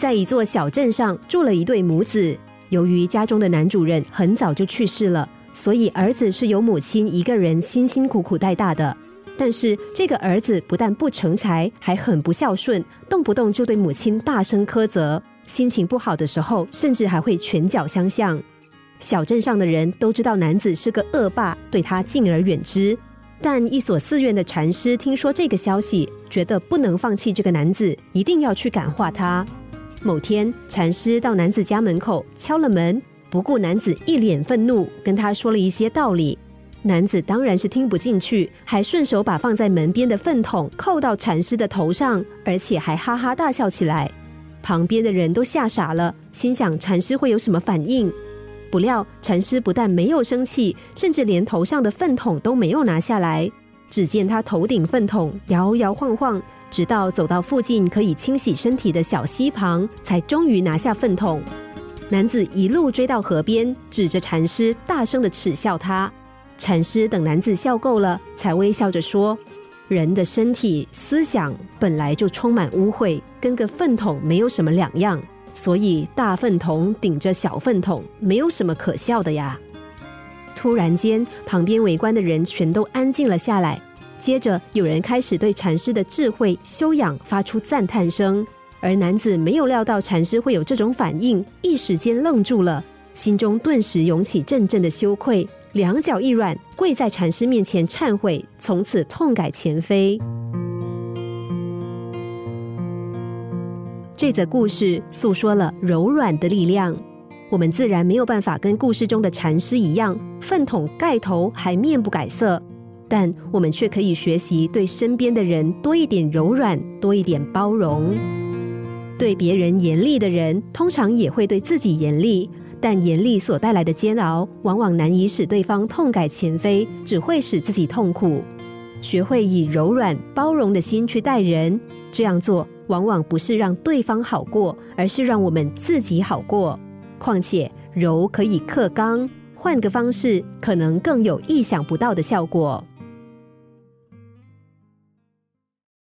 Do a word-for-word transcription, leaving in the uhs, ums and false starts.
在一座小镇上住了一对母子，由于家中的男主人很早就去世了，所以儿子是由母亲一个人辛辛苦苦带大的。但是这个儿子不但不成才，还很不孝顺，动不动就对母亲大声苛责，心情不好的时候甚至还会拳脚相向。小镇上的人都知道男子是个恶霸，对他敬而远之。但一所寺院的禅师听说这个消息，觉得不能放弃这个男子，一定要去感化他。某天，禅师到男子家门口敲了门，不顾男子一脸愤怒，跟他说了一些道理。男子当然是听不进去，还顺手把放在门边的粪桶扣到禅师的头上，而且还哈哈大笑起来。旁边的人都吓傻了，心想禅师会有什么反应。不料禅师不但没有生气，甚至连头上的粪桶都没有拿下来。只见他头顶粪桶摇摇晃晃，直到走到附近可以清洗身体的小溪旁，才终于拿下粪桶。男子一路追到河边，指着禅师大声地耻笑他。禅师等男子笑够了，才微笑着说，人的身体思想本来就充满污秽，跟个粪桶没有什么两样，所以大粪桶顶着小粪桶没有什么可笑的呀。突然间，旁边围观的人全都安静了下来，接着有人开始对禅师的智慧修养发出赞叹声，而男子没有料到禅师会有这种反应，一时间愣住了，心中顿时涌起阵阵的羞愧，两脚一软，跪在禅师面前忏悔，从此痛改前非。这则故事诉说了柔软的力量，我们自然没有办法跟故事中的禅师一样，粪桶盖头还面不改色，但我们却可以学习对身边的人多一点柔软，多一点包容。对别人严厉的人，通常也会对自己严厉，但严厉所带来的煎熬，往往难以使对方痛改前非，只会使自己痛苦。学会以柔软包容的心去待人，这样做往往不是让对方好过，而是让我们自己好过。况且柔可以克刚，换个方式可能更有意想不到的效果。